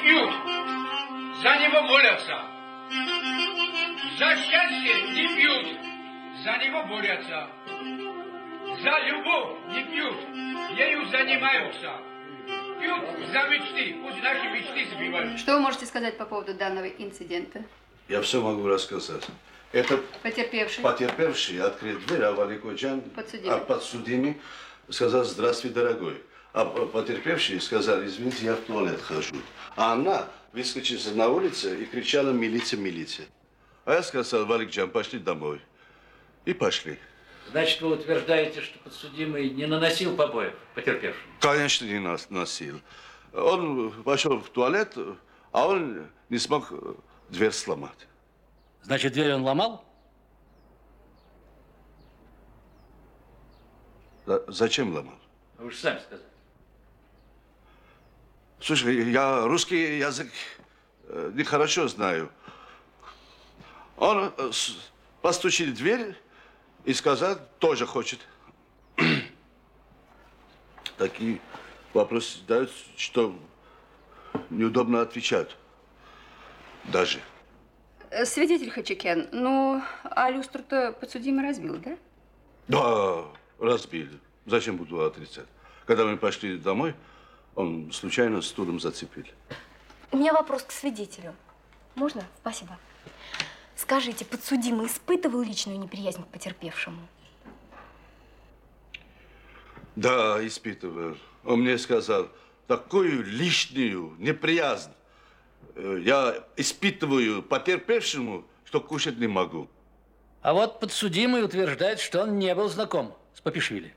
пьют, за него молятся. За счастье не пьют, за него борются. За любовь не пьют, ею занимаются. Пьют за мечты, пусть наши мечты сбивают. Что вы можете сказать по поводу данного инцидента? Я все могу рассказать. Это потерпевший открыл дверь, а Валикоджан, подсудимый, сказал: здравствуй, дорогой. А потерпевший сказал: извините, я в туалет хожу. А она выскочила на улицу и кричала: милиция, милиция. А я сказал: Валикджан, пошли домой. И пошли. Значит, вы утверждаете, что подсудимый не наносил побоев потерпевшему? Конечно, не наносил. Он пошел в туалет, а он не смог дверь сломать. Значит, дверь он ломал? Зачем ломал? Вы же сами сказали. Слушай, я русский язык нехорошо знаю. Он постучил в дверь и сказал, тоже хочет. Такие вопросы задают, что неудобно отвечать. Даже. Свидетель Хачикян, ну, а люстру-то подсудимый разбил, да? Да, разбил. Зачем буду отрицать? Когда мы пошли домой, он случайно стулом зацепил. У меня вопрос к свидетелю. Можно? Спасибо. Скажите, подсудимый испытывал личную неприязнь к потерпевшему? Да, испытывал. Он мне сказал, такую личную неприязнь я испытываю потерпевшему, что кушать не могу. А вот подсудимый утверждает, что он не был знаком с Папишвили.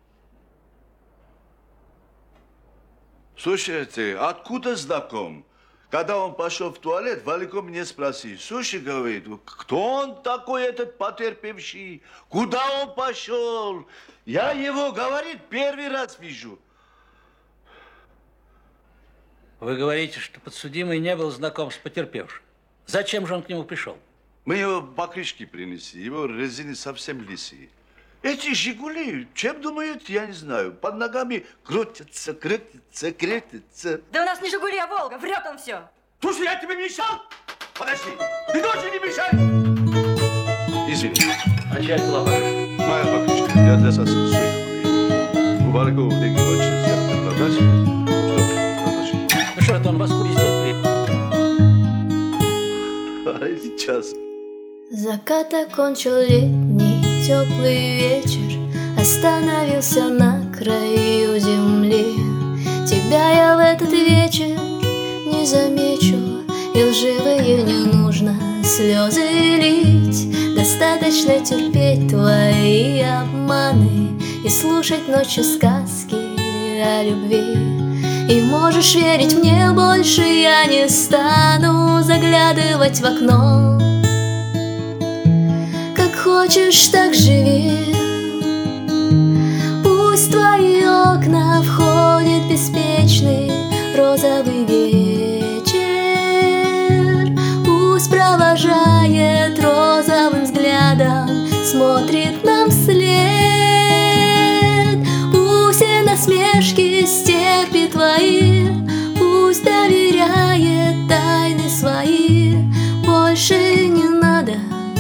Слушайте, откуда знаком? Когда он пошел в туалет, Валико мне спросил. Слушай, говорит, кто он такой, этот потерпевший? Куда он пошел? Я его, говорит, первый раз вижу. Вы говорите, что подсудимый не был знаком с потерпевшим. Зачем же он к нему пришел? Мы его покрышки принесли, его резины совсем лисые. Эти «Жигули», чем думают, я не знаю. Под ногами крутятся, крутятся, крутятся. Да у нас не «Жигули», а «Волга». Врет он все. Слушай, я тебе мешал? Подожди, ты тоже не мешай. Извини. А чья это была покрышка? Моя покрышка. Я для своих купил. У Валикова деньги кончились, я предлагаю, чтобы отложить. Ну что, это он вас курить А сейчас. Закат окончил летний теплый вечер, остановился на краю земли. Тебя я в этот вечер не замечу, и лживые не нужно слезы лить. Достаточно терпеть твои обманы и слушать ночью сказки о любви. И можешь верить мне, больше я не стану заглядывать в окно. Хочешь, так живи. Пусть в твои окна входит беспечный розовый вечер. Пусть провожает розовым взглядом, смотрит нам вслед. Пусть и насмешки стерпит твои, пусть доверяет тайны свои. Больше не надо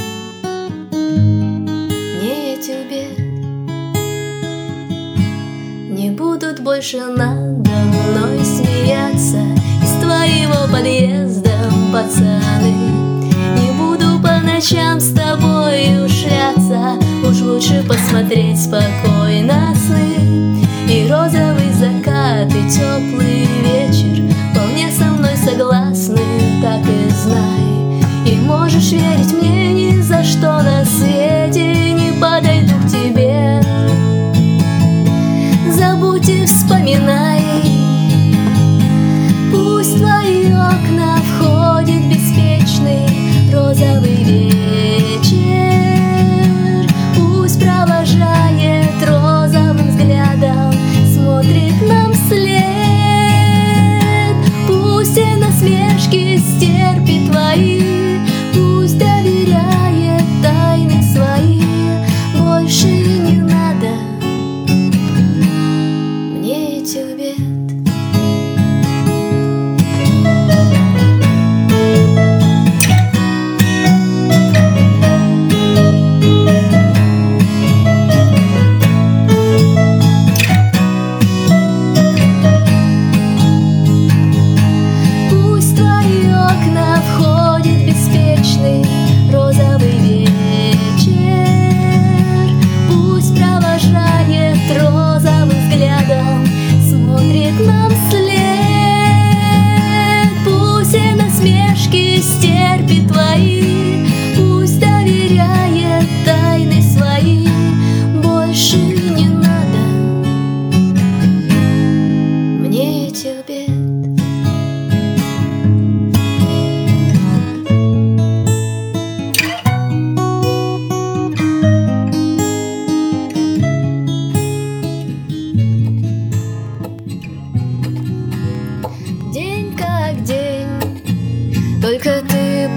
не будут больше надо мной смеяться из твоего подъезда, пацаны. Не буду по ночам с тобою шляться, уж лучше посмотреть спокойно сны. И розовый закат, и теплый вечер вполне со мной согласны, так и знай. И можешь верить мне, ни за что на свете не подойду к тебе. Забудь и вспоминай. Пусть в твои окна входит беспечный розовый вечер. Пусть провожает розовым взглядом, смотрит нам вслед. Пусть и насмешки стерпит твои, пусть доверяет тайны свои. Больше не надо мне и тебе.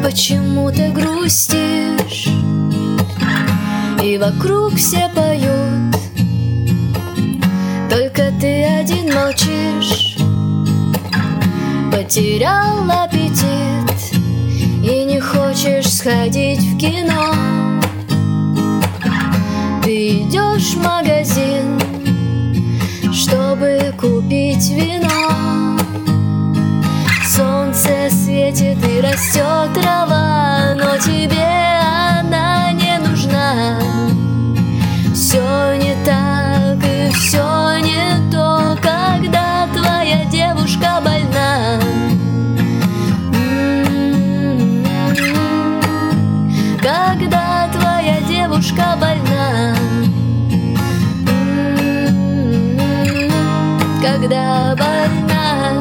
почему ты грустишь, и вокруг все поют, только ты один молчишь. Потерял аппетит и не хочешь сходить в кино. Ты идешь в магазин, чтобы купить вино. Солнце светит и растет трава, но тебе она не нужна. Все не так и все не то, когда твоя девушка больна. Когда твоя девушка больна. Когда больна.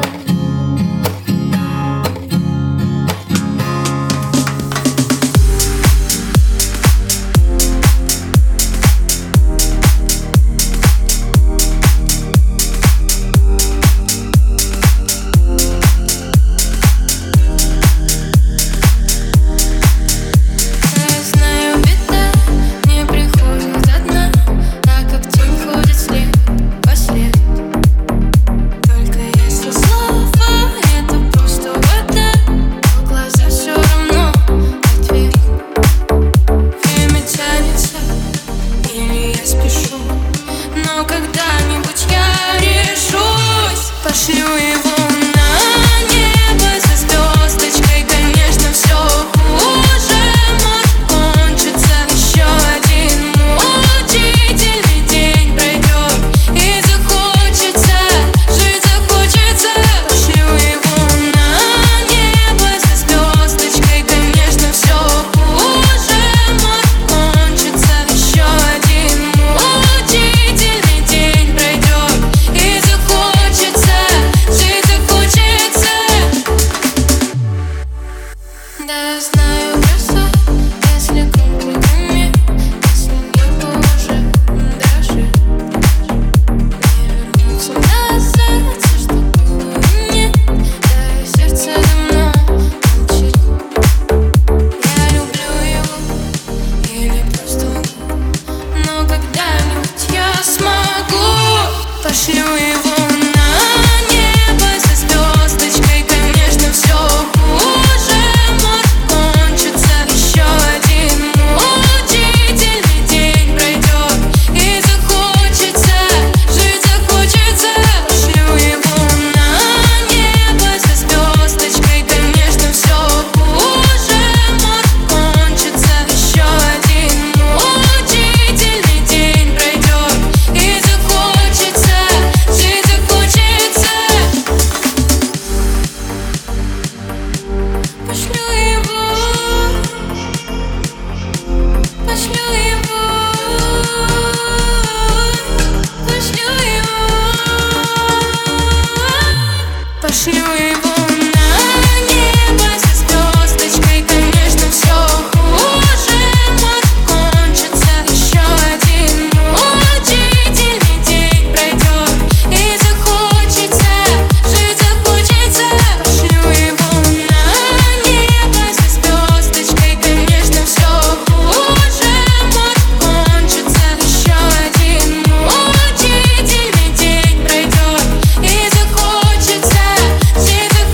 Жить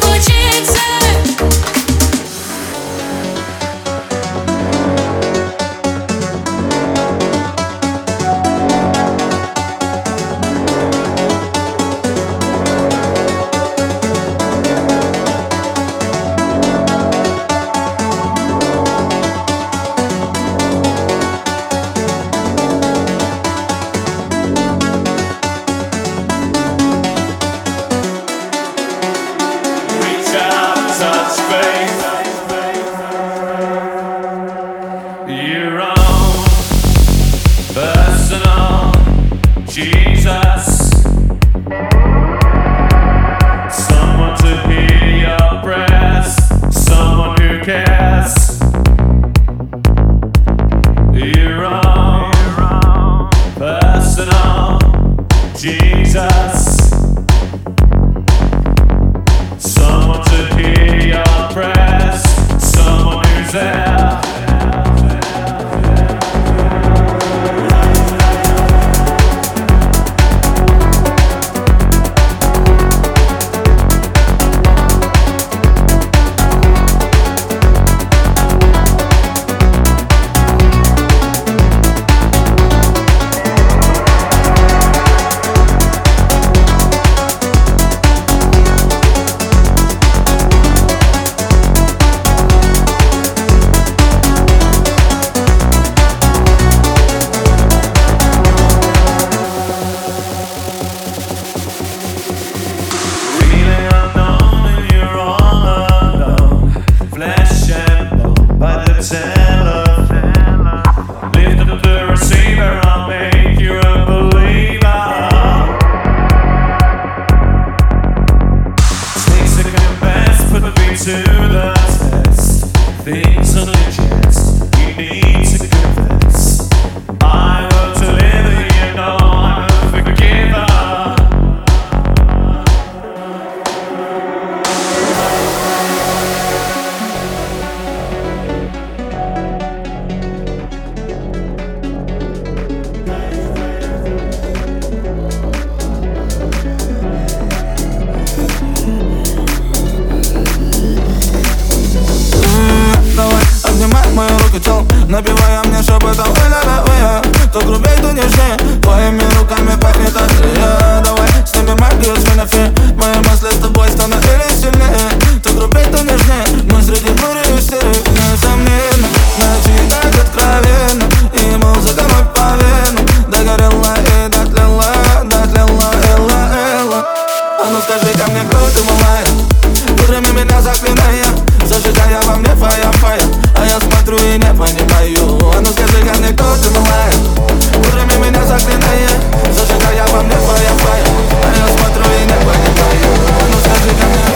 напевая мне шепотом ой-ля-ля-ой-я. То грубей, то нежнее, твоими руками пахнет острее. Давай снимем магию с фотографии, мои мысли с тобой становились сильнее. То грубей, то нежнее, мы среди бури и серых. Несомненно, начинать откровенно, и музыка мой по венам догорела и дотлела, элла. А ну скажи ко мне, кто ты, малая? Утрами меня заклиная, зажигая во мне фая. А я смотрю и не понимаю. А ну скажи ко мне, кто ты, малая? Утрами меня заклиная, зажигая во мне фая. А я смотрю и не понимаю. А ну скажи ко мне.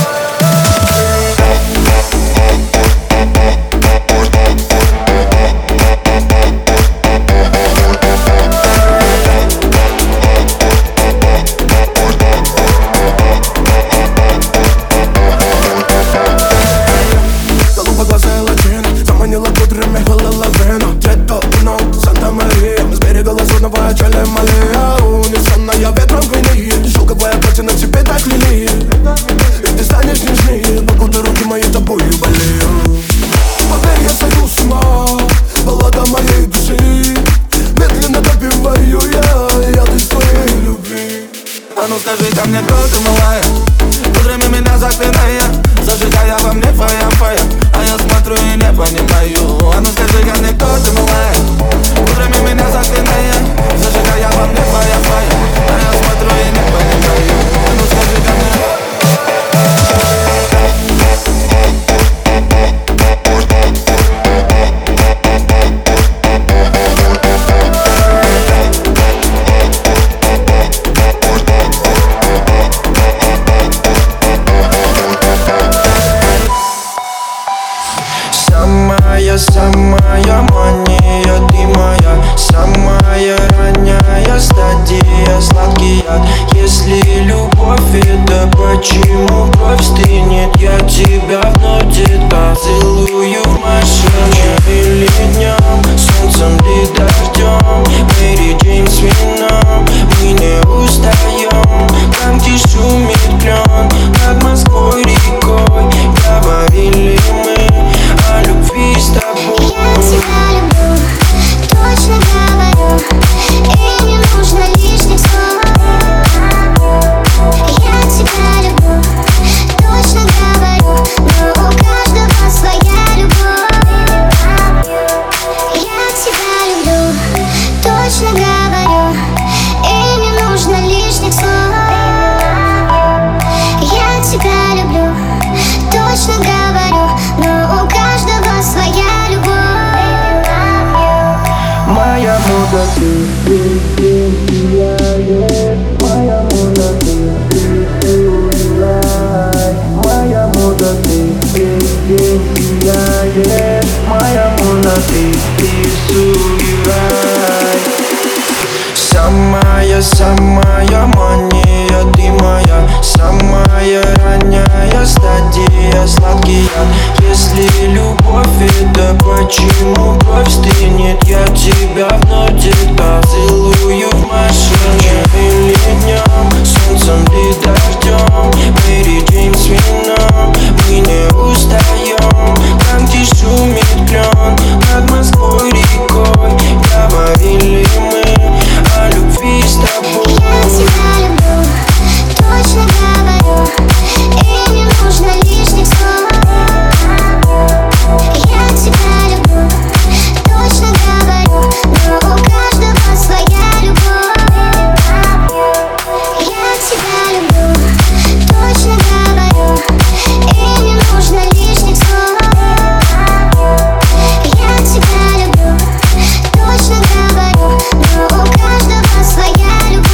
Скажи ко мне, кто ты, малая? Утрами меня заклиная, зажигая во мне фая. А я смотрю и не понимаю. А ну скажи ко мне, кто ты, малая? Утрами меня заклиная, зажигая во мне фая. А я смотрю и не понимаю. А ну скажи ко мне. Самая мания, ты моя, самая ранняя стадия, сладкий яд. Если любовь это почему кровь стынет, я тебя вновь где-то целую в машине. Или днем, солнцем или дождем, Мэри Джейн с вином, мы не устаем. Там, где шумит клен, над Москвой рекой, говорили мы о любви с тобой. Я тебя люблю, точно говорю, и не нужно лишних слов. Я тебя люблю, точно говорю, но у каждого своя любовь. Я тебя люблю, точно говорю, и не нужно лишних слов. Я тебя люблю, точно говорю, но у каждого своя любовь. Моя мода ты сияешь, моя мода ты улыбай. Моя мода ты сияешь, моя мода ты рисуй. Самая мания, ты моя, самая ранняя стадия, сладкий яд. Если любовь это почему кровь стынет, я тебя вновь где-то целую в машине. Или днем, солнцем или дождем, Мэри Джейн с вином, мы не устаем. Там, где шумит клен, над Москвой рекой, говорили мы о любви с тобой. Я тебя люблю, точно говорю, и не нужно лишних слов. Я тебя люблю, точно говорю, но у каждого своя любовь. Я тебя люблю, точно говорю, и не нужно лишних слов. Я тебя люблю, точно говорю, но у каждого своя любовь.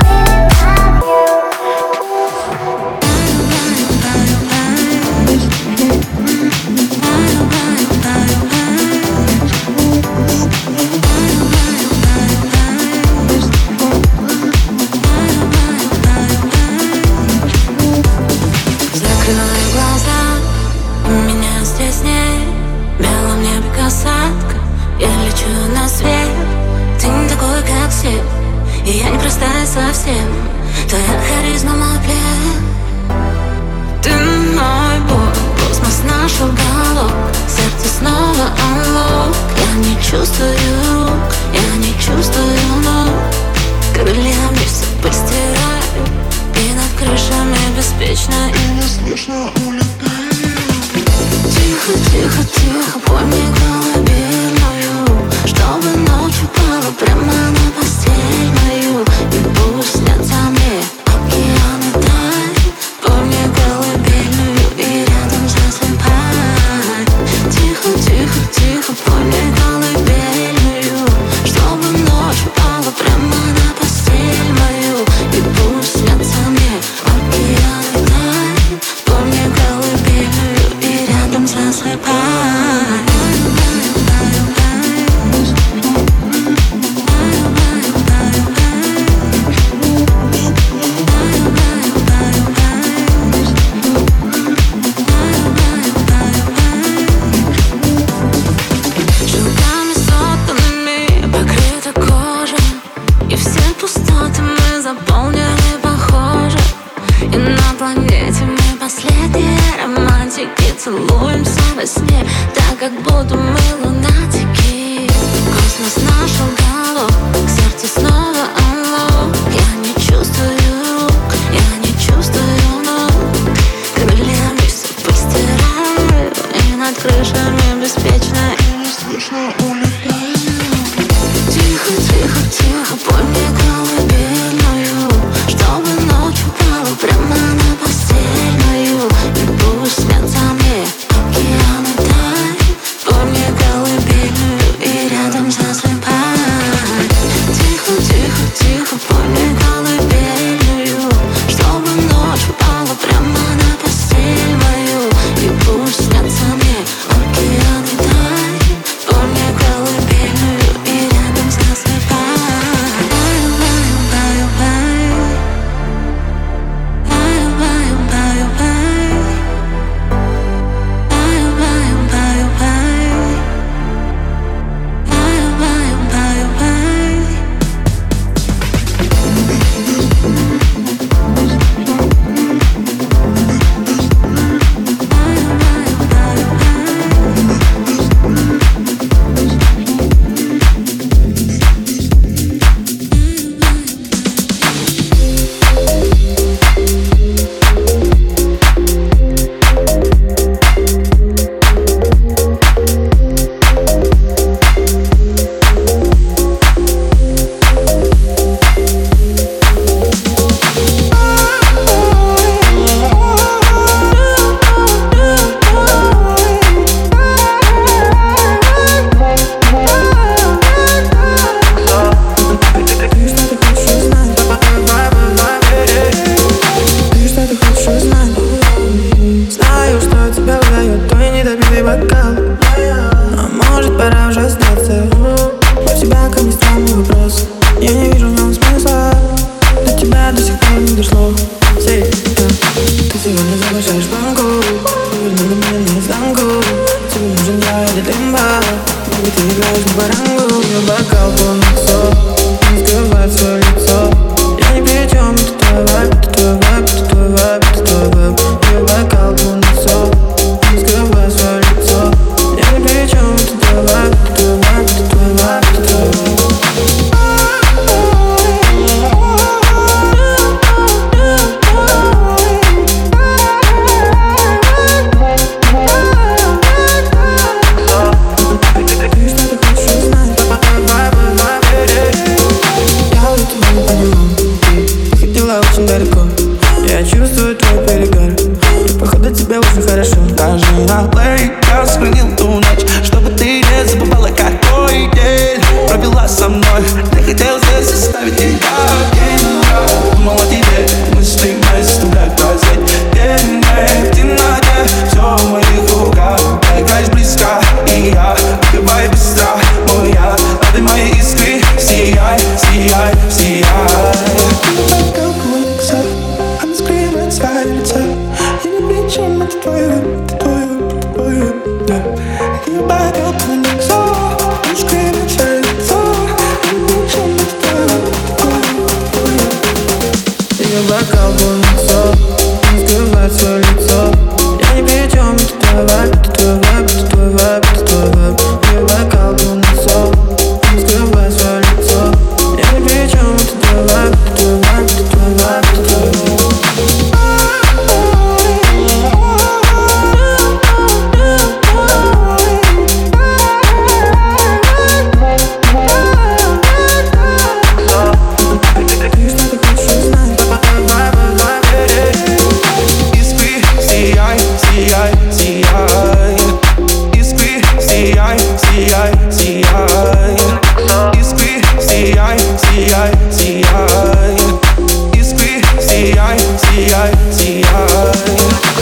Закрываю глаза, у меня здесь нет, в белом небе касатка. Я лечу на свет, ты не такой, как все, и я не простая совсем. Твоя харизма мой плен. Ты мой бог, космос наш уголок, сердце снова unlock. не чувствую рук, я не чувствую ног. Крыльями все постираю, и над крышами беспечно и неслышно улетаю. Тихо, тихо, тихо, пой мне колыбельную, чтобы ночь упала прямо на постель мою. И пусть снятся мне океаны тайн. Пой мне колыбельную и рядом засыпай. Тихо, тихо, тихо, пой мне колыбельную, чтобы ночь упала прямо на постель мою. И пусть снятся мне океаны тайн. Пой мне колыбельную и рядом засыпай. Жилками сотанными покрыта кожа, и все пустоты мы заполнили, похоже. И на планете мы последние романтики, целуемся во сне, так как будто мы лунатики. Космос наш уголок, сердце снова unlock. Я не чувствую рук, я не чувствую ног. Крыльями все постираю, и над крышами беспечно и неслышно улетаю. Тихо, тихо, тихо, пой мне колыбельную, чтобы ночь упала прямо на постель мою. И пусть снятся мне океаны тайн. Пой мне колыбельную и рядом засыпай. Тихо, тихо, тихо, пой мне колыбельную, чтобы ночь упала прямо на постель мою. И пусть снятся мне океаны тайн. Пой мне колыбельную и рядом засыпай. Твой вайб, это твой вайб, это твой вайб, это твой вайб. Твой бокал, сияй, сияй, сияй.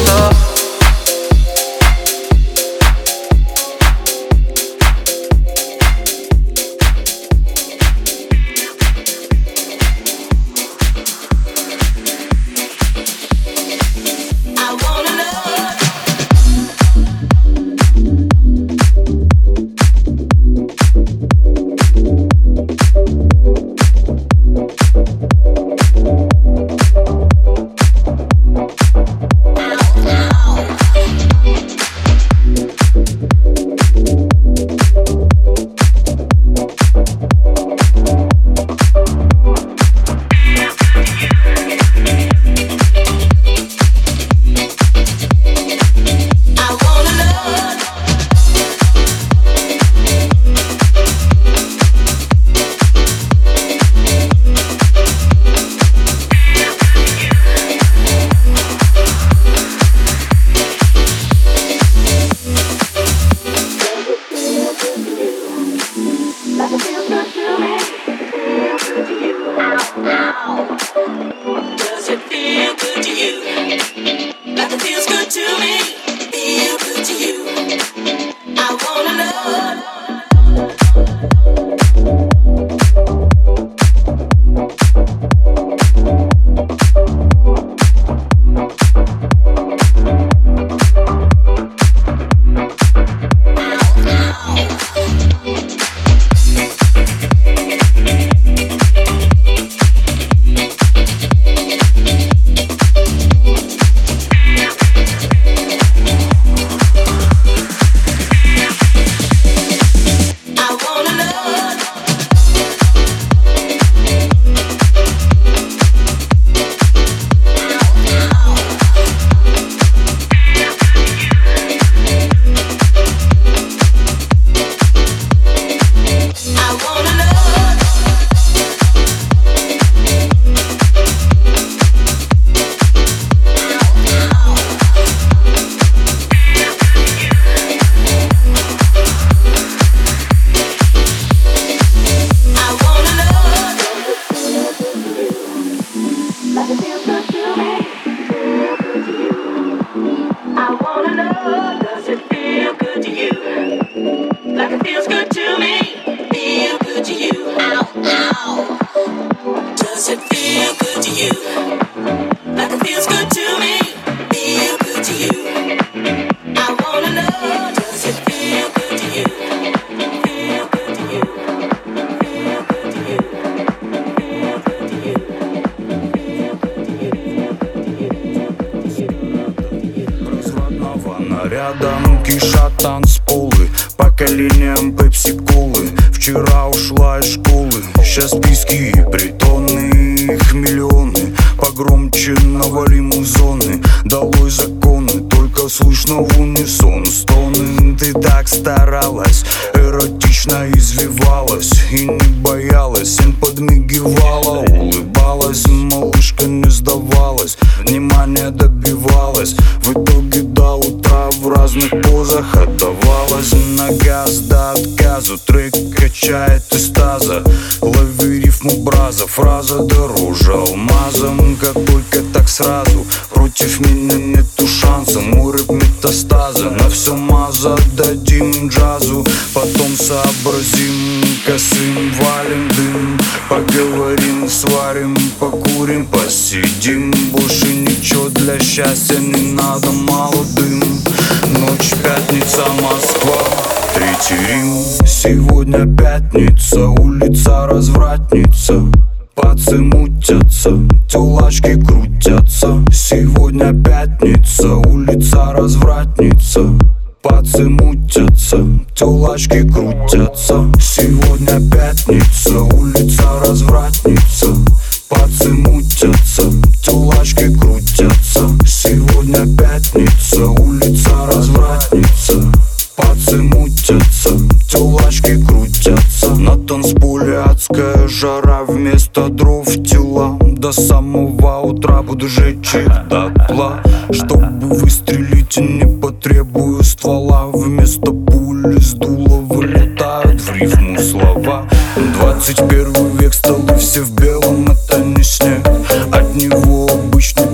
Рядом кишат танцполы, поколением пепси-колы. Вчера ушла из школы, сейчас списки и притоны, их миллионы. Погромче навали музоны, долой законы, только слышно в унисон стоны. Ты так старалась, эротично извивалась и не боялась, им подмигивала, улыбалась. Малышка не сдавалась, внимание добивалась. В итоге до утра в разных позах отдавалась. На газ до отказу, трек качает из таза. Лови рифму браза, фраза дороже алмазом. Как только так сразу, против меня нету шанса. Мой рэп метастазы, на все маза дадим джазу. Потом сообразим, косым валим дым. Поговорим, сварим, покурим, посидим. Больше ничего для счастья не надо, мало дым. Ночь, пятница, Москва, Третий Рим. Сегодня пятница, улица развратница. Пацы мутятся, тёлачки крутятся. Сегодня пятница, улица развратница. Пацы мутятся, тёлачки крутятся. Сегодня пятница, улица развратница. Пацы мутятся, тёлачки крутятся. Сегодня пятница, улица развратница. Пацы мутятся, тёлачки крутятся. На танцполе адская жара, вместо дров тела. До самого утра буду жечь их дотла. Чтобы выстрелить, не потребую ствола. Вместо пули с дула вылетают в рифму слова. 21 век, столы все в белом, это не снег. От него обычный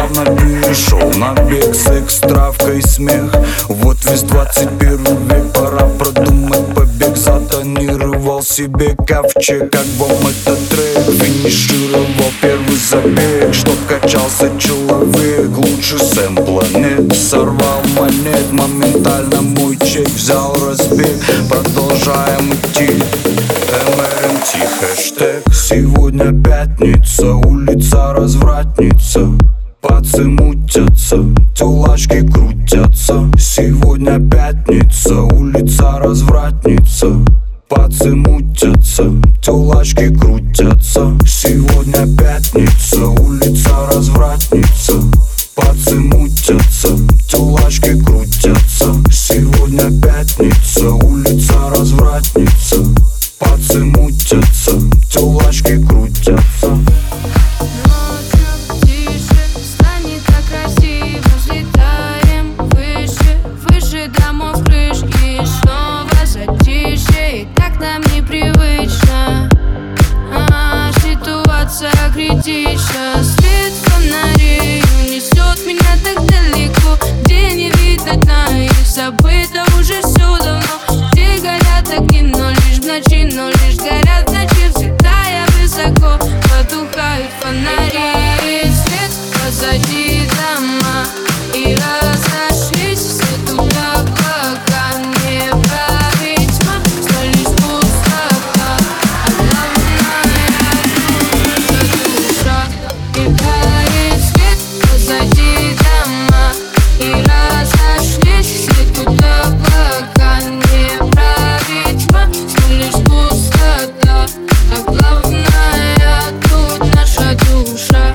плавно перешел на бег. Секс, травка и смех. Вот весь 21 век, пора продумать побег. Затонировал себе ковчег, как бом этот трек. Финишировал первый забег, чтоб качался человек. Лучше сэмпла нет, сорвал монет. Моментально мой чек взял разбег. Продолжаем идти. МРМТ хэштег. Сегодня пятница, улица развратница. Пацы мутятся, тёлачки крутятся. Сегодня пятница, улица развратница. Пацы мутятся, тёлачки крутятся. Сегодня пятница, улица развратница. Пацы мутятся, тёлачки крутятся. Сегодня пятница, улица развратница. Пацы мутятся, тёлачки крутятся. Критично, свет фонарей унесет меня так далеко, где не видно дна и забыто уже все давно. Где горят огни, но лишь в ночи, но лишь горят в ночи, взлетая высоко, потухают фонари. Свет позади дома и разошлись все туда облака. Не править тьма, что лишь пустота, а главное душа. И горит свет позади дома и разошлись все туда облака. Не править тьма, что лишь пустота, а главное тут наша душа.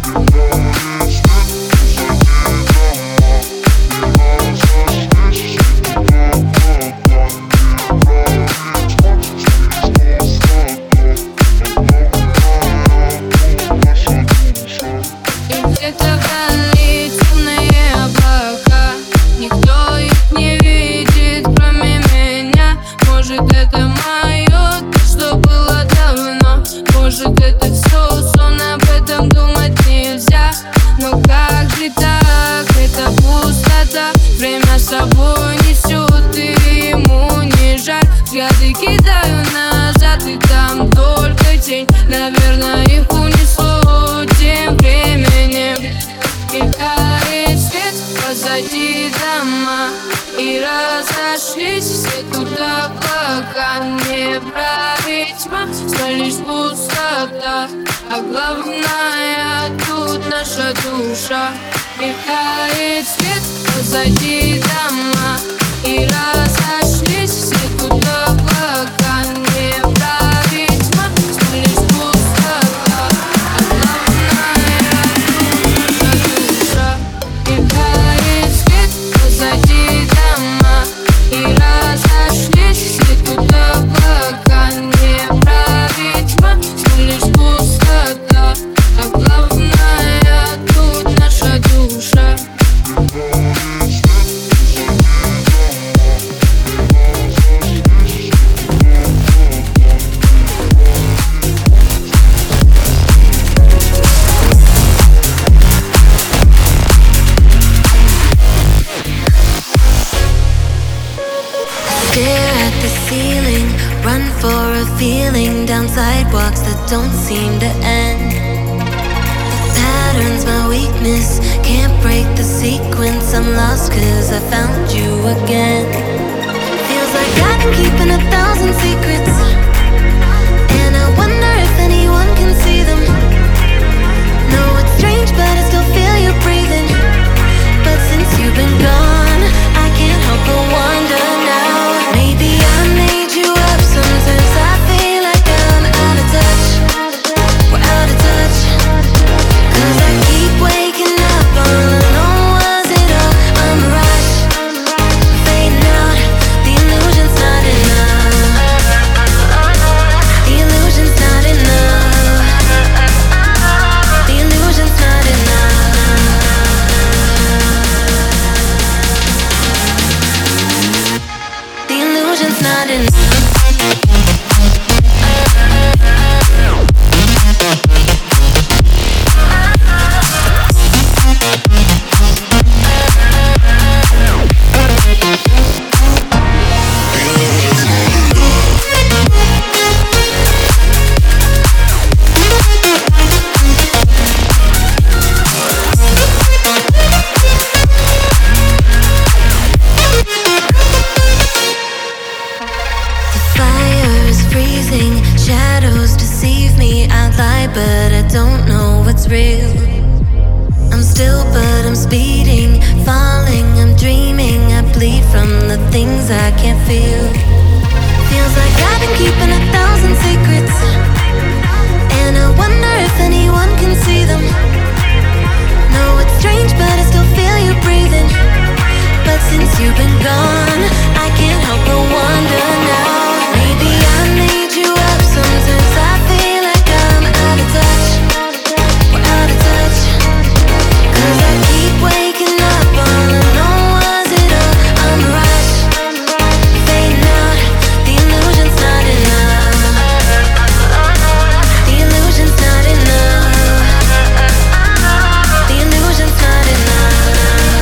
И где-то вдали темные облака, никто их не видит, кроме меня. Может, это мое, то, что было давно. Может, это все сон, об этом думать нельзя. Но как же так, это пустота. Время с собой несет, и ему не жаль. Взгляды кидаю назад, и там только тень. Наверное, их унесло тем временем. И горит свет позади дома и разошлись все туда облака. Не править тьма, что лишь пустота, а главное тут наша душа. И горит свет позади дома и разошлись все туда облака. Не править тьма, что лишь пустота, а главное тут наша душа. И горит свет позади дома и разошлись все туда облака. Не править тьма, что лишь пустота, а главное тут наша душа. Stare at the ceiling, run for a feeling down sidewalks that don't seem to end. Patterns my weakness, can't break the sequence. I'm lost cause I found you again. Feels like I've been keeping 1,000 secrets, and I wonder if anyone can see them. No, it's strange but I still feel you breathing. But since you've been gone, I can't help but wonder now. Maybe I made you up. Sometimes I feel like I'm out of touch. We're out of touch. Cause I keep waking up all alone. Was it all a mirage? Fading out, the illusion's not enough. still, but I'm speeding, falling, I'm dreaming. I bleed from the things I can't feel. Feels like I've been keeping 1,000 secrets, and I wonder if anyone can see them. No, it's strange, but I still feel you breathing. But since you've been gone, I can't help but wonder now. Maybe I made you up. Sometimes I feel like I'm out of touch. We're out of touch. 'Cause I keep waking up, all I know was it all a mirage. Fading out, the illusion's not enough. The illusion's not enough. The illusion's not enough.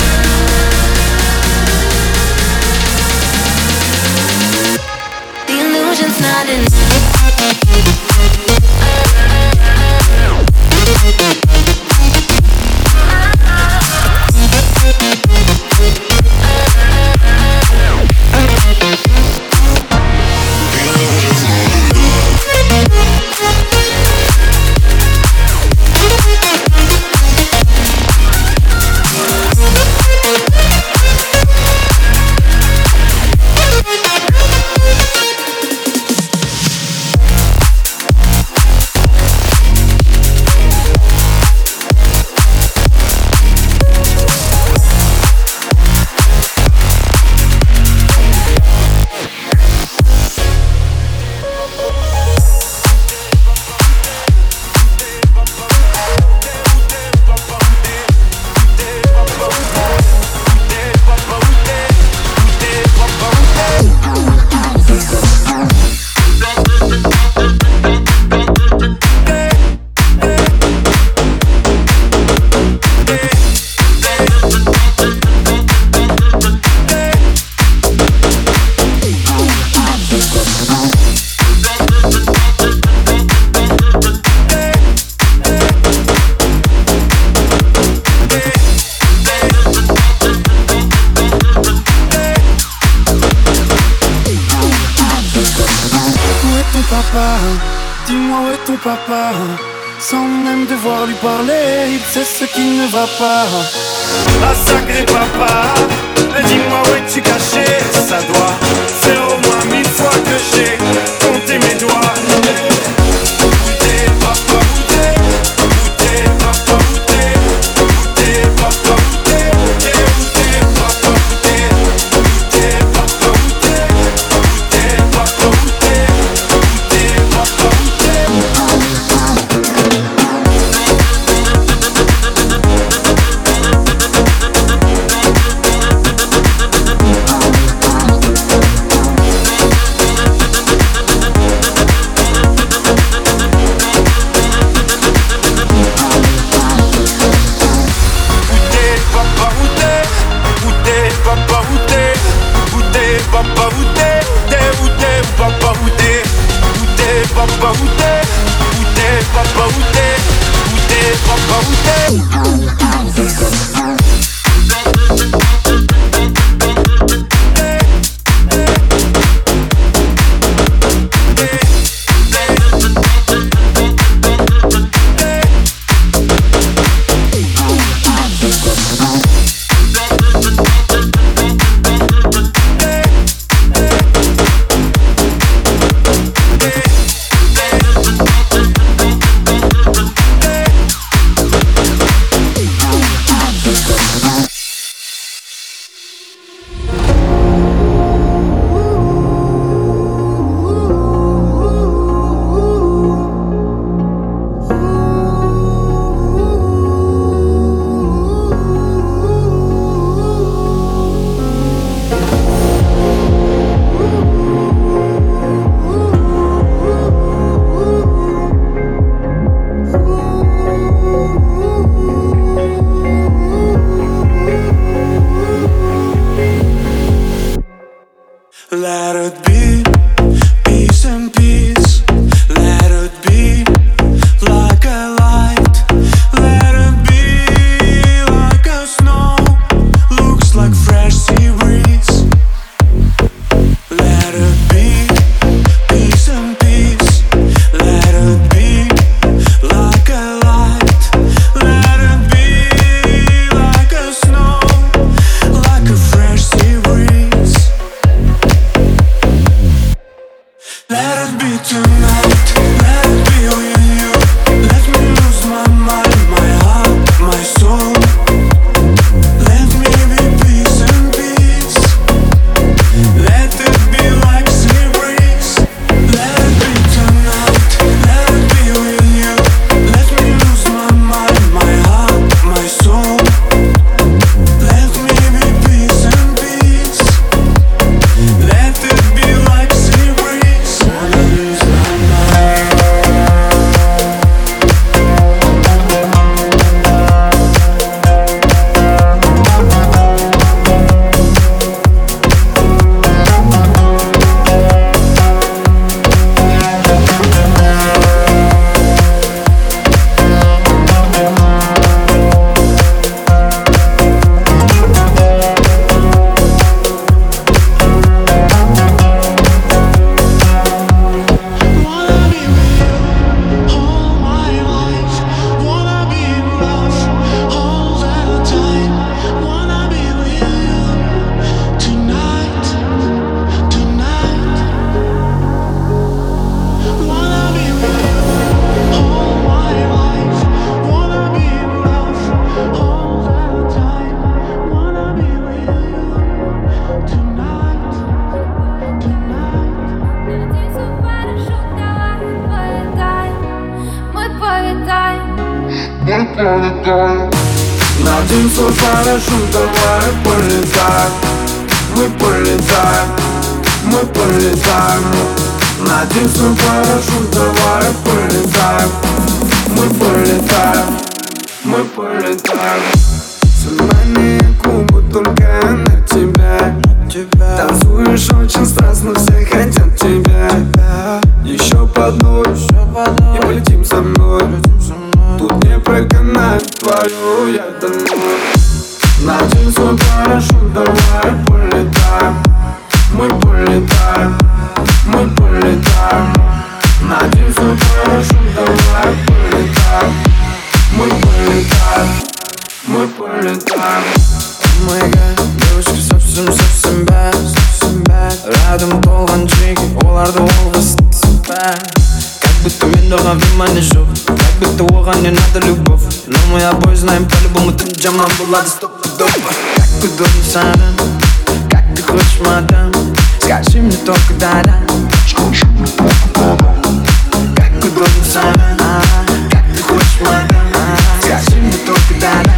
The illusion's not enough. Papa, sans même devoir lui parler, il sait ce qui ne va pas. Ah sacré papa, dis-moi où es-tu caché? Ça doit faire au moins 1000 fois que j'ai compté mes doigts. Надень свой парашют, давай полетаем. Мы полетаем, мы полетаем. Надень свой парашют, давай полетаем. Мы полетаем, мы полетаем. Семейные клубы только на тебя. Танцуешь очень страстно, все хотят тебя. Еще под ночь и полетим со мной. Тут не проканать твою ядерную. Надень свой парашют, давай полетаем. Мы полетаем, мы полетаем. Надень свой парашют, давай полетаем. Мы полетаем, мы полетаем. Oh my god, девушка совсем bad. Рядом толганчики, оларды олғыз как будто мен оған внимание жоқ, как будто оған не надо любовь. Но мы обои знаем по-любому ты джаман болады стопудово. Как удобно саған, как ты хочешь, мадам, скажи мне только да-да. Как удобно саған, как ты хочешь, мадам, скажи мне только да-да.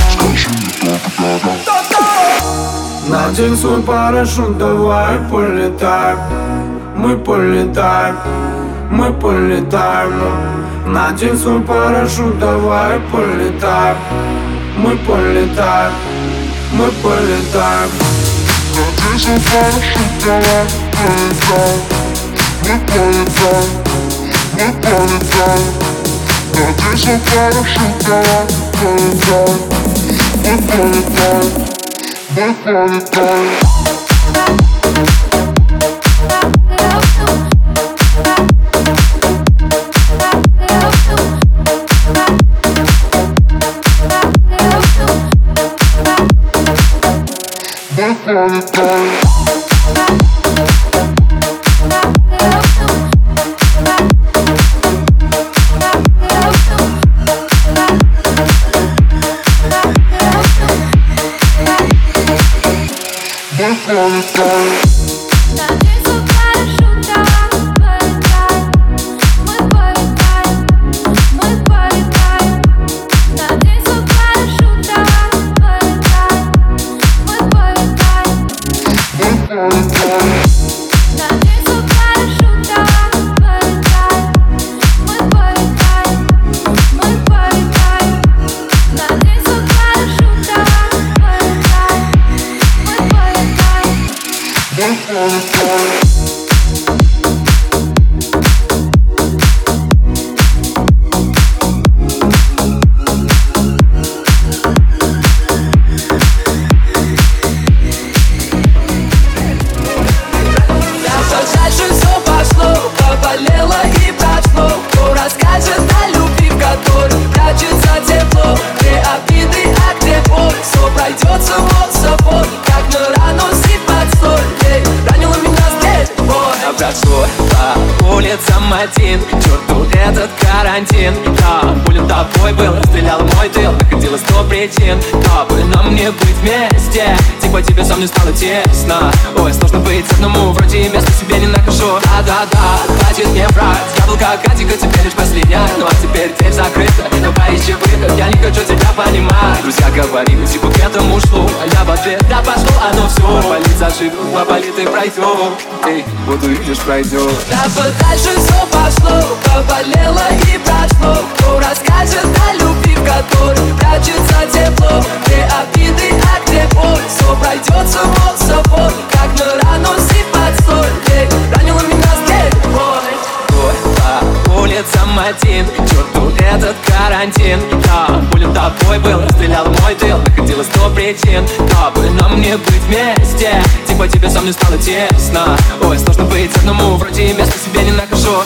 Надень свой парашют, давай полетаем. Мы полетаем, мы полетаем. Надень свой парашют, давай полетаем. Мы полетаем, мы полетаем. Надень свой парашют, давай полетаем. Мы полетаем, мы полетаем. Надень свой парашют, давай полетаем. Мы полетаем. Мы полетаем. Мы полетаем. Мне стало тесно. Ой, сложно быть одному, вроде места себе не нахожу. Да-да-да, хватит мне врать. Я был как Катика, теперь лишь последняя. Ну а теперь дверь закрыта, но поищи выход. Я не хочу тебя понимать. Друзья говорили, типа к этому шло. А я в ответ, да пошло оно все. Поболит заживет, поболит и пройдет. Эй, вот увидишь, пройдет. Да подальше все пошло, поболело и прошло. Кто расскажет о любви, в которой прячется тепло? Где обиды, а где боль? Все пройдет само собой, как на рану сыпать соль. Эй, ранила меня здесь боль. По улицам один, к черту этот карантин. Да, болен тобой был, стрелял мой тыл. Находилось 100 причин, дабы нам не быть вместе. Типа тебе со мной стало тесно. Ой, сложно быть одному, вроде места себе не нахожу.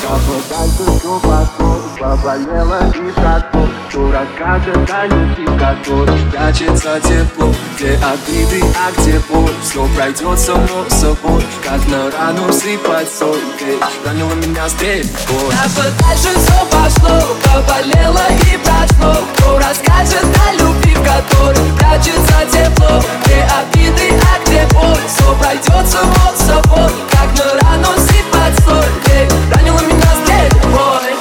Поболело и прошло. Кто расскажет о любви, в которой прячется тепло? Где обиды, а где боль? Все пройдет само собой, как на рану сыпать соль. Ты ранила меня здесь, боль. Да подальше все пошло, поболело и прошло. Кто расскажет о любви, в которой прячется тепло? Где обиды, а где боль? Все пройдет само собой, как на рану сыпать соль. Эй, ранила меня здесь, боль.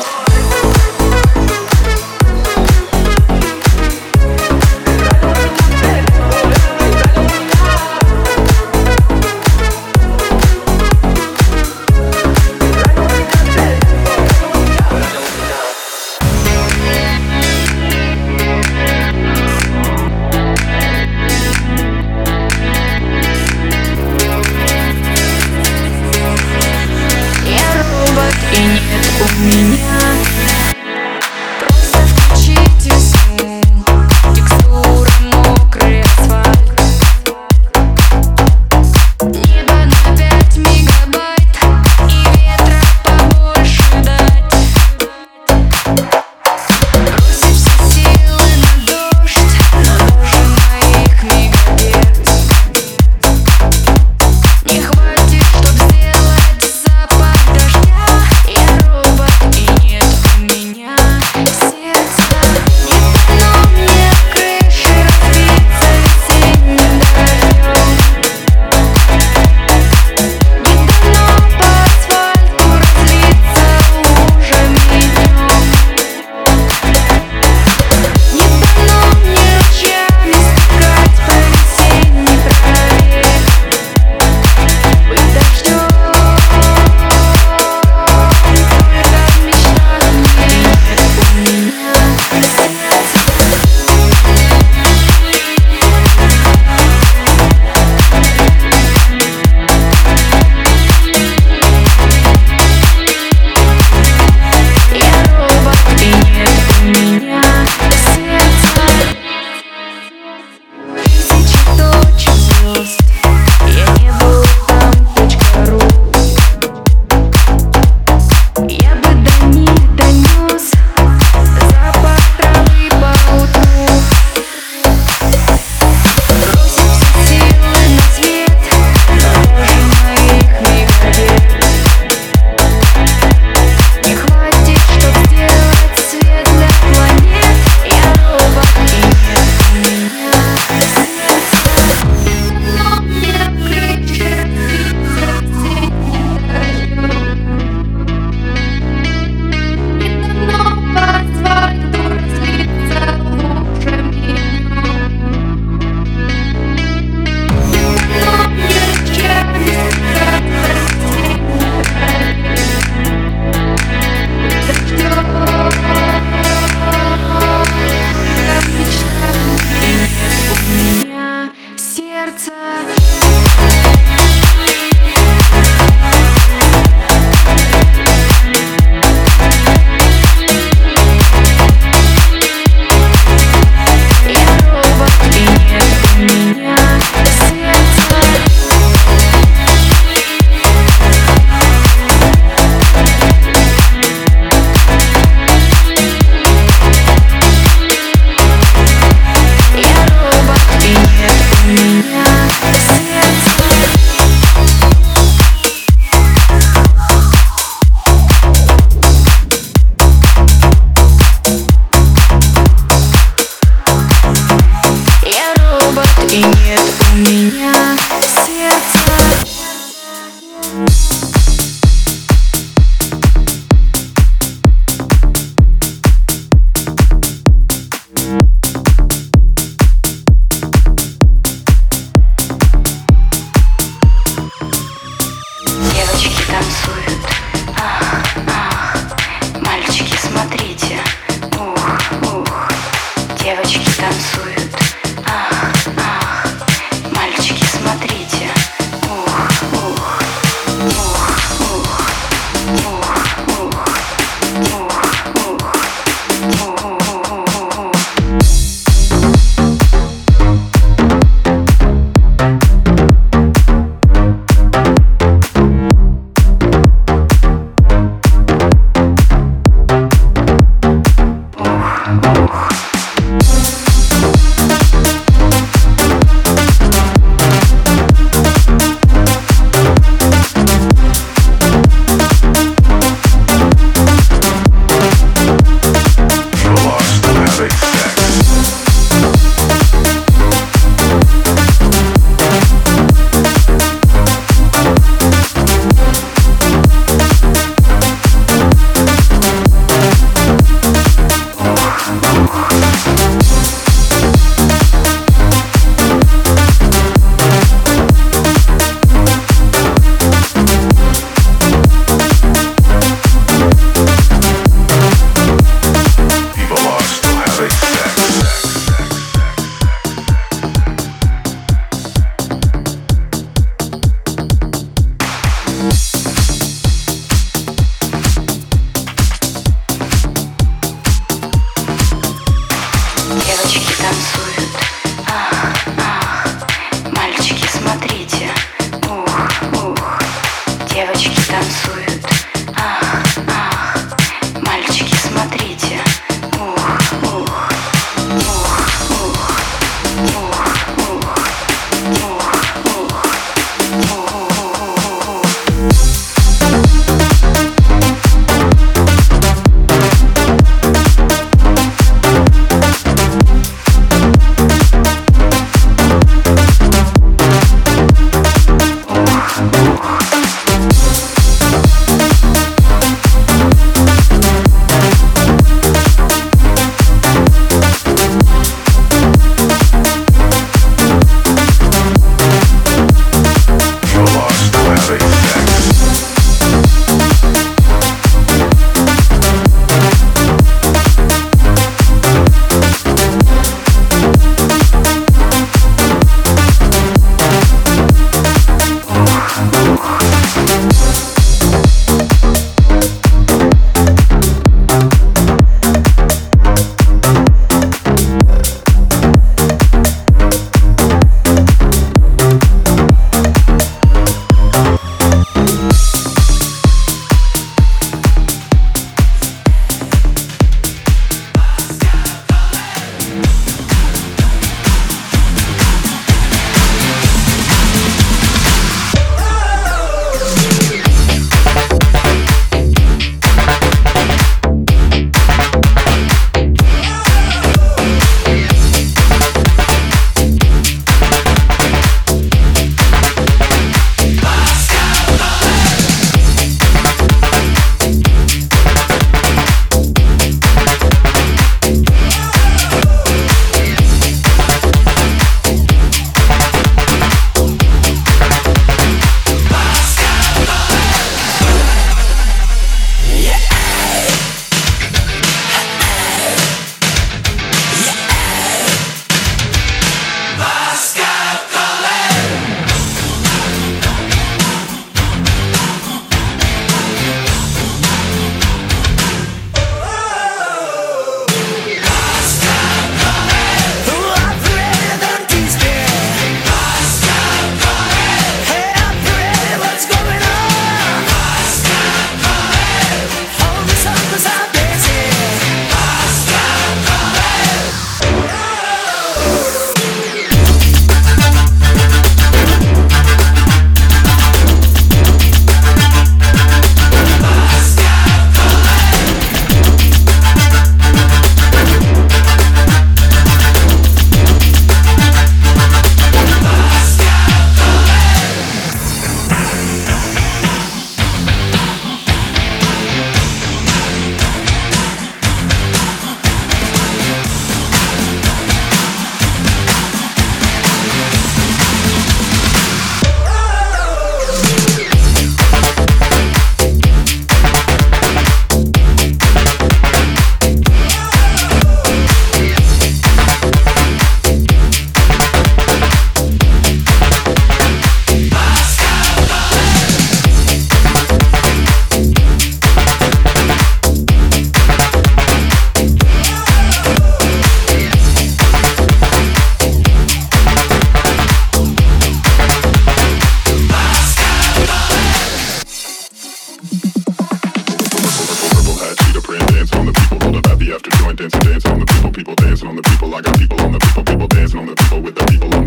и нет у меня сердца. Девочки танцуют, ах, ах, мальчики, смотрите, ух, ух. Девочки танцуют, ах, ах, мальчики,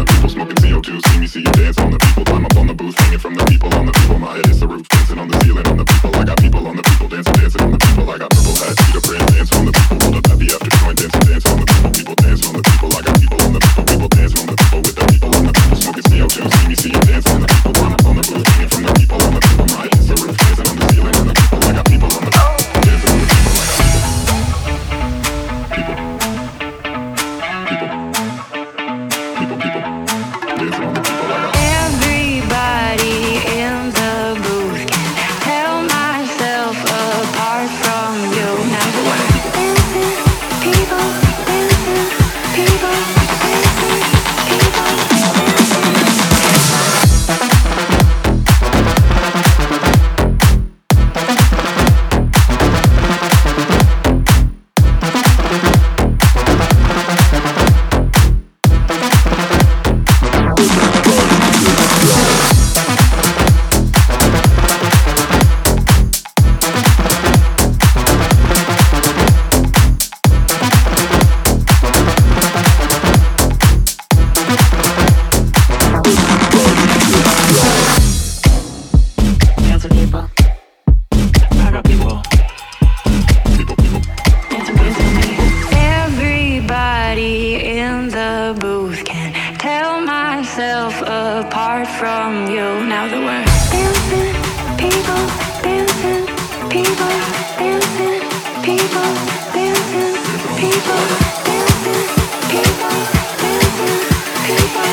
people, smoking CO2. See me, see you dance on the people. Climb up on the booth, hanging from the people on the people. My head is the roof, dancing on the ceiling on the people. I got people on the people, dancing, dancing on the people. I got purple hats, cheetah print, dance on the people. Rolled up happy after joint, dancing, dance on the people. People dance on the people. I got people on the people. People dance on the people with the people on the people. Smoking CO2. See me, see you dance on the people. Climb up on the booth, hanging from the people on the people. My head is the roof, dancing on the ceiling on the people. I got people on the people, dancing on the people. I got people. Everybody in the booth can tell myself apart from you. Now the word dancing, people, dancing, people, dancing, people, apart from you. Now that we're dancing, people, dancing, people, dancing, people, dancing, people, dancing, people, dancing, people,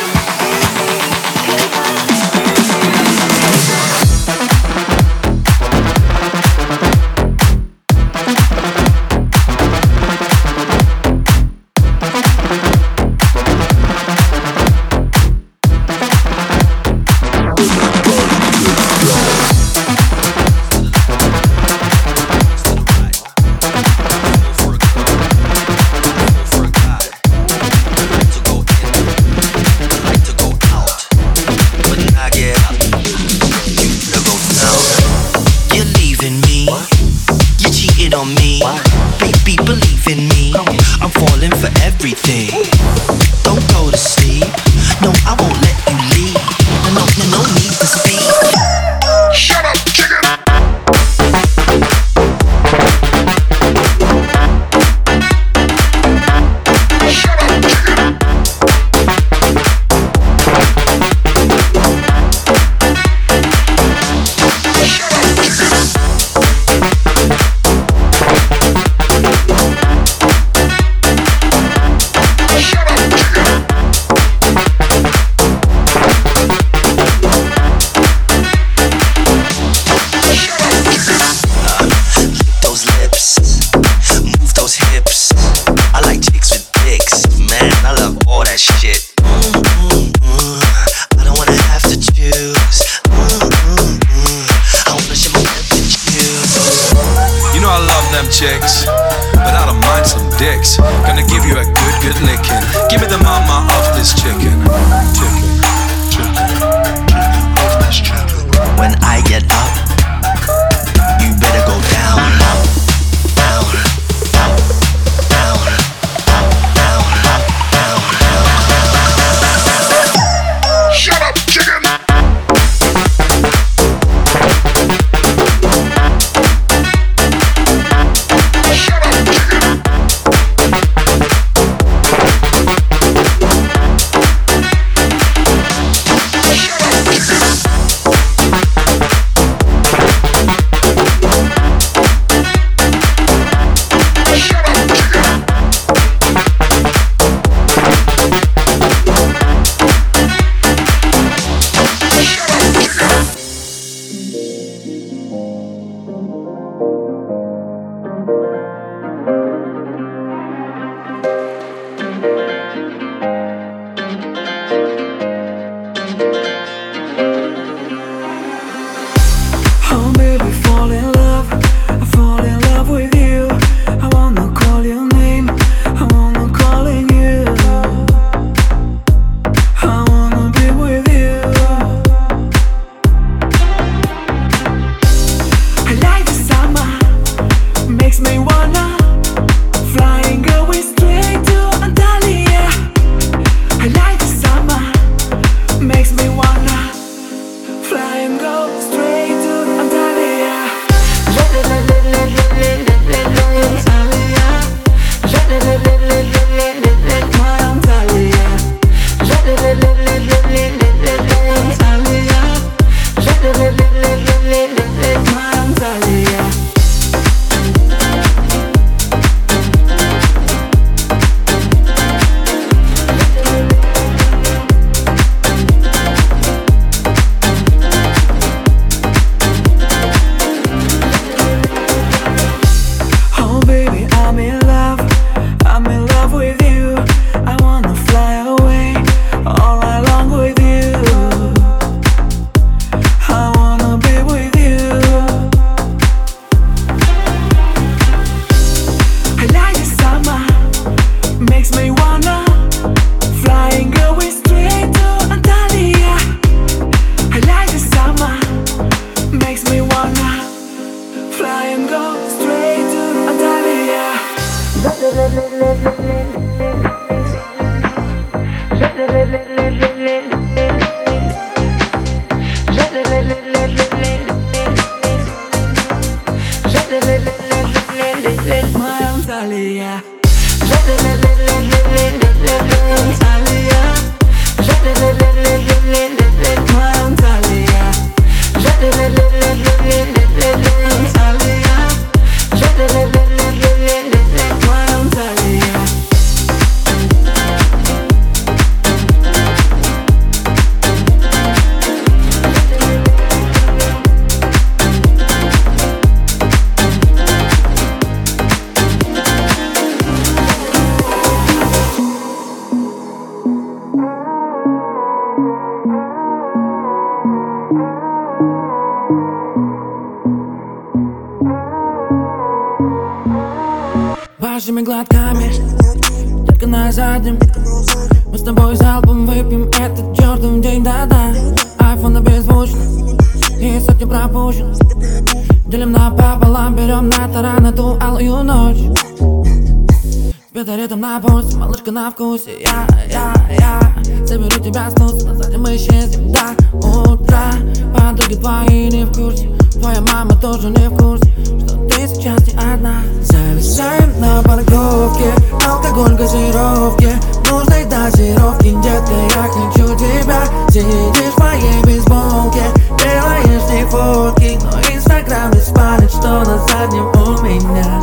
Большими глотками, детка на заднем. Мы с тобой залпом выпьем этот чертов день, да-да. Айфон беззвучно и сотни пропущен. Делим напополам, берем на таран эту алую ночь. Беда ритм на пульсе, малышка на вкусе. Я заберу тебя с туса, на сзади мы исчезнем до утра. Подруги твои не в курсе, твоя мама тоже не в курсе, что ты сейчас не одна. Зависаем на парковке, алкоголь, газировки, нужной дозировки. Детка, я хочу тебя. Сидишь в моей бейсболке, делаешь не фотки, но инстаграм не спалит, что на заднем у меня.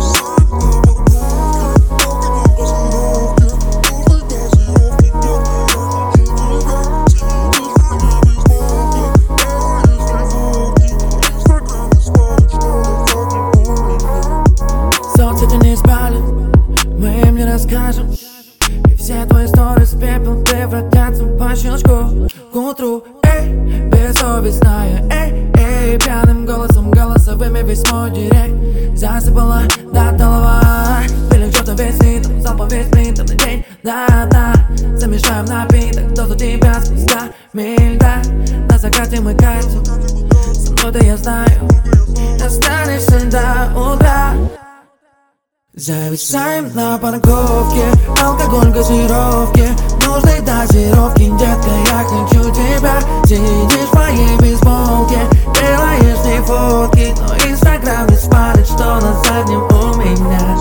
Скажем, и все твои сторис пепел превратятся по щелчку к утру. Эй, бессовестная, эй, пьяным голосом, голосовыми весь мой директ засыпала до толова. Пили что-то весь литр, залпом весь литр на день, да-да. Замешаем напиток, дозу тебя с кусками льда. На закате мы катим, со мной-то я знаю, останешься до утра. Зависаем на парковке, алкоголь, газировки, нужной дозировки. Детка, я хочу тебя. Сидишь в моей бейсболке, делаешь не фотки, но инстаграм не спалит, что на заднем у меня.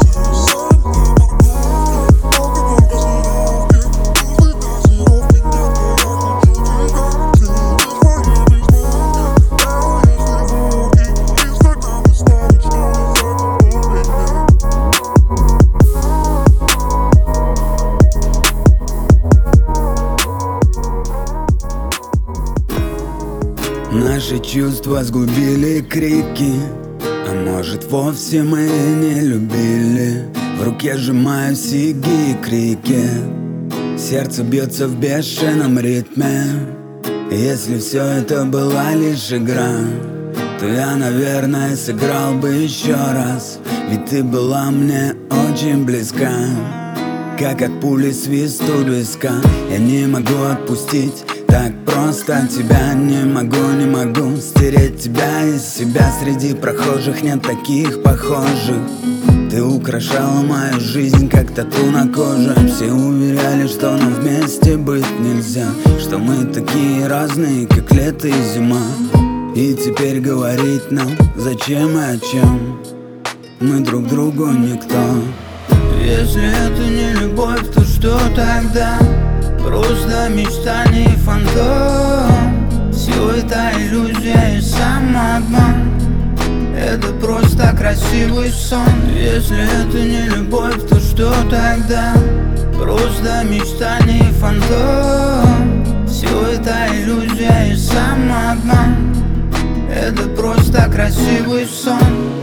Наши чувства сгубили крики, а может вовсе мы не любили. В руке сжимаю сиги и крики, сердце бьется в бешеном ритме. Если все это была лишь игра, то я, наверное, сыграл бы еще раз. Ведь ты была мне очень близка, как от пули свист у виска. Я не могу отпустить так просто тебя, не могу стереть тебя из себя. Среди прохожих нет таких похожих. Ты украшала мою жизнь, как тату на коже. Все уверяли, что нам вместе быть нельзя, что мы такие разные, как лето и зима. И теперь говорить нам зачем и о чем? Мы друг другу никто. Если это не любовь, то что тогда? Просто мечтание и фантом. Все это иллюзия и самообман. Это просто красивый сон. Если это не любовь, то что тогда? Просто мечтание и фантом. Все это иллюзия и самообман. Это просто красивый сон.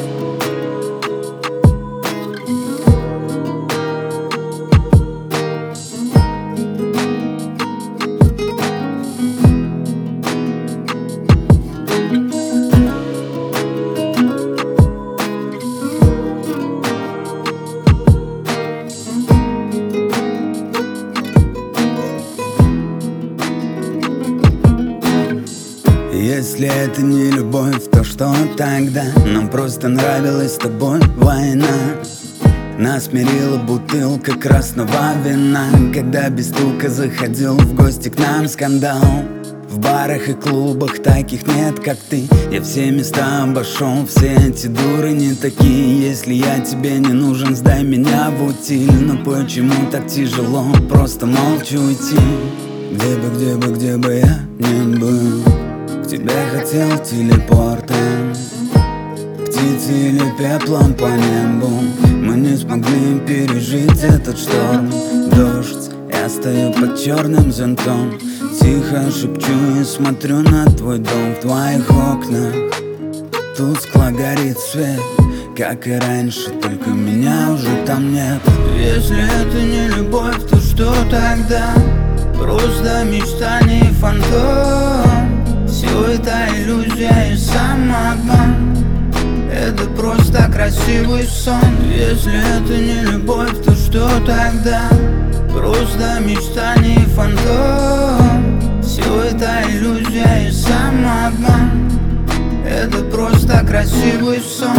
Если это не любовь, то что тогда? Нам просто нравилась с тобой война. Нас мирила бутылка красного вина, когда без стука заходил в гости к нам скандал. В барах и клубах таких нет, как ты. Я все места обошел, все эти дуры не такие. Если я тебе не нужен, сдай меня в утиль. Но почему так тяжело просто молча уйти? Где бы я не был, к тебе хотел телепортом, птицей или пеплом по небу. Мы не смогли пережить этот шторм. Дождь, я стою под черным зонтом, тихо шепчу и смотрю на твой дом. В твоих окнах тускло горит свет, как и раньше, только меня уже там нет. Если это не любовь, то что тогда? Просто мечтание и фантом. Все это иллюзия и самообман. Это просто красивый сон. Если это не любовь, то что тогда? Просто мечтание и фантом. Все это иллюзия и самообман. Это просто красивый сон.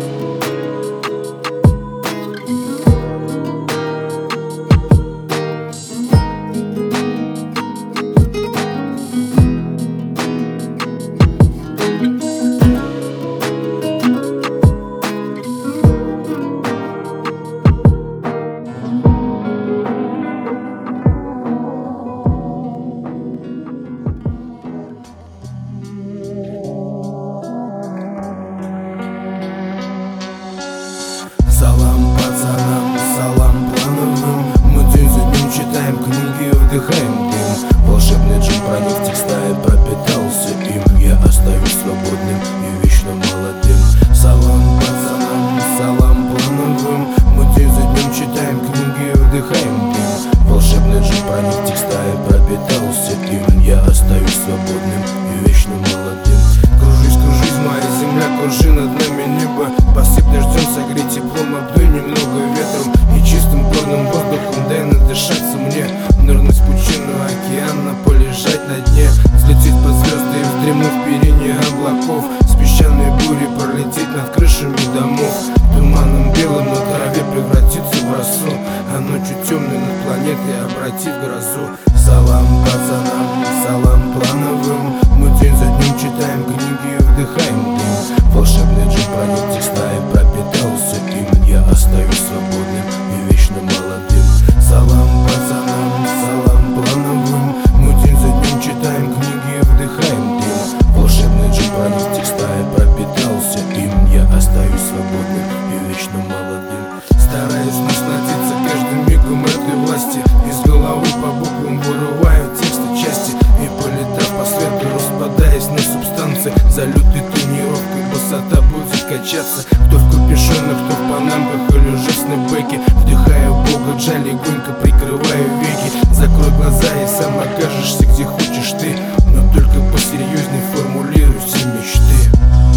Салам пацанам, салам плановым. Мы день за днем читаем книги, вдыхаем дым. Волшебный джин проник в текста и пропитался им. Я остаюсь свободным и вечно молодым. Салам пацанам, салам плановым. Мы день за днем читаем книги, вдыхаем дым. Волшебный джин проник в текста и пропитался им. Я остаюсь свободным и вечно молодым. Кружись, моя земля, кружи над нами небо. Посыпь дождем, согрей теплом, обдуй немного ветром и чистым горным воздухом дай надышаться мне. Нырнуть в пучину океана, полежать на дне, взлететь под звезды и вздремнуть в перине облаков. С песчаной бурей пролететь над крышами домов. Туманом белым на траве превратиться в росу, а ночью темной над планетой обрати в грозу. Салам пацанам, салам плановым. Мы день за днем читаем книги и вдыхаем дым. Волшебный джин проник в текста и пропитался им. Я остаюсь свободным и вечно молодым. Салам пацанам, салам плановым. Мы день за днем читаем книги и вдыхаем дым. Волшебный джин проник в текста и пропитался им. Я остаюсь свободным и вечно молодым. Стараюсь насладиться каждым мигом этой власти. Из головы по буквам вырываю тексты части и, полетав по свету, распадаясь на субстанции. За лютой тренировкой высота будет качаться. Кто в капюшонах, кто в панамках или уже в снэпбэке. Вдыхаю Бога Джа, легонько прикрываю веки. Закрой глаза и сам окажешься где хочешь ты. Но только посерьезней формулируй все мечты.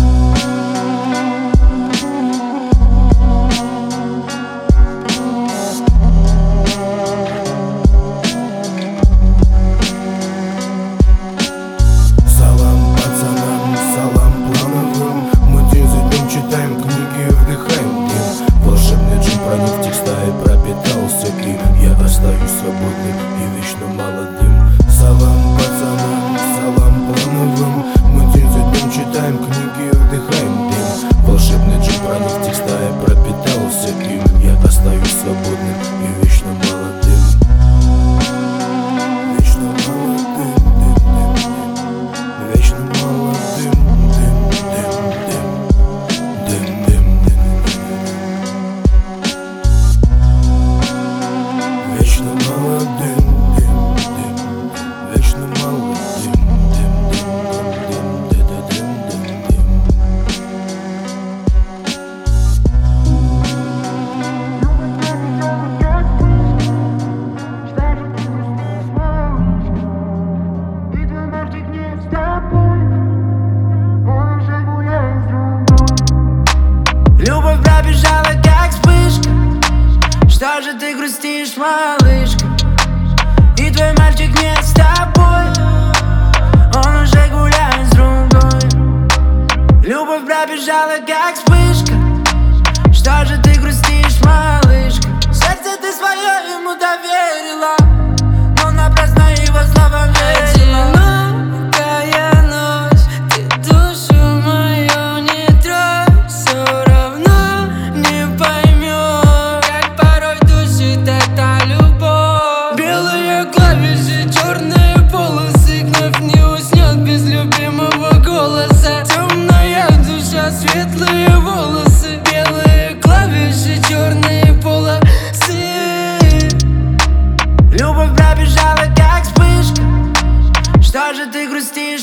малышка, и твой мальчик не с тобой, он уже гуляет с другой. Любовь пробежала как вспышка, что же ты грустишь, малышка?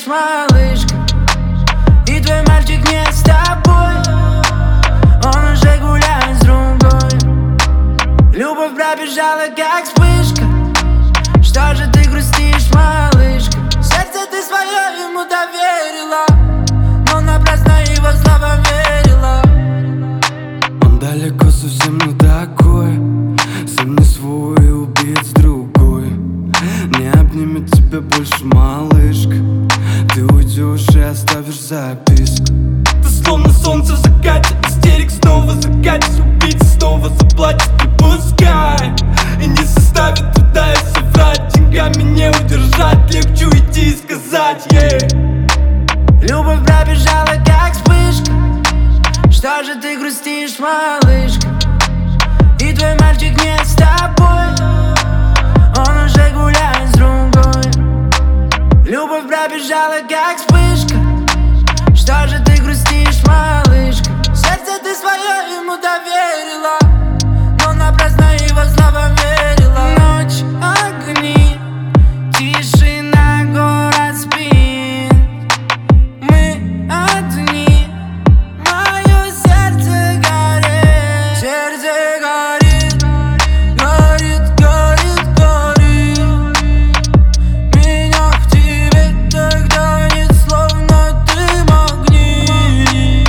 грустишь, малышка, и твой мальчик не с тобой, он уже гуляет с другой. Любовь пробежала, как вспышка. Что же ты грустишь, малышка? Сердце ты свое ему доверила, но напрасно его слова верила. Он далеко совсем не такой, сам не свой и убит с другой. Не обнимет тебя больше, малышка, ты уйдешь и оставишь записку. Ты словно солнце в закате, истерик снова закатишь, убийца снова заплатит, не пускай. И не составит труда, если врать, деньгами не удержать, легче уйти и сказать ей. Любовь пробежала, как вспышка. Что же ты грустишь, малышка, и твой мальчик не с тобой, он уже гуляет с другой. Любовь пробежала, как вспышка. Что же ты грустишь, малышка? Сердце ты свое ему доверила, но напрасно его слова верила. Ночь, огни, тишина, город спит, мы одни, мое сердце горит. Сердце горит, горит, горит, горит. Меня к тебе так тянет, словно ты магнит.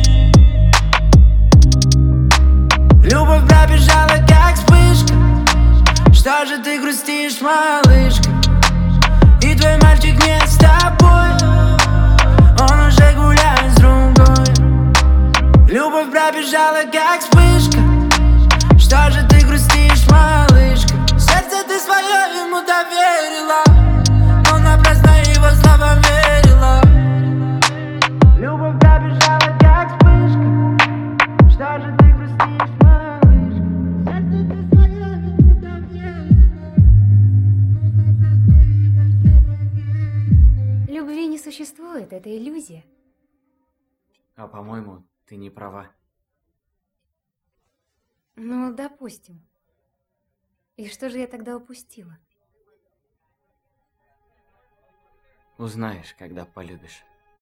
Любовь пробежала, как вспышка. Что же ты грустишь, малышка, и твой мальчик не с тобой, он уже гуляет с другой. Любовь пробежала, как вспышка. Что же ты грустишь, малышка? Сердце ты свое ему доверила, но напрасно его слова верила. Любовь пробежала, как вспышка. Что же ты грустишь, малышка? Сердце ты свое ему доверила. Любви не существует, это иллюзия. А по-моему, ты не права. Ну, допустим. И что же я тогда упустила? Узнаешь, когда полюбишь.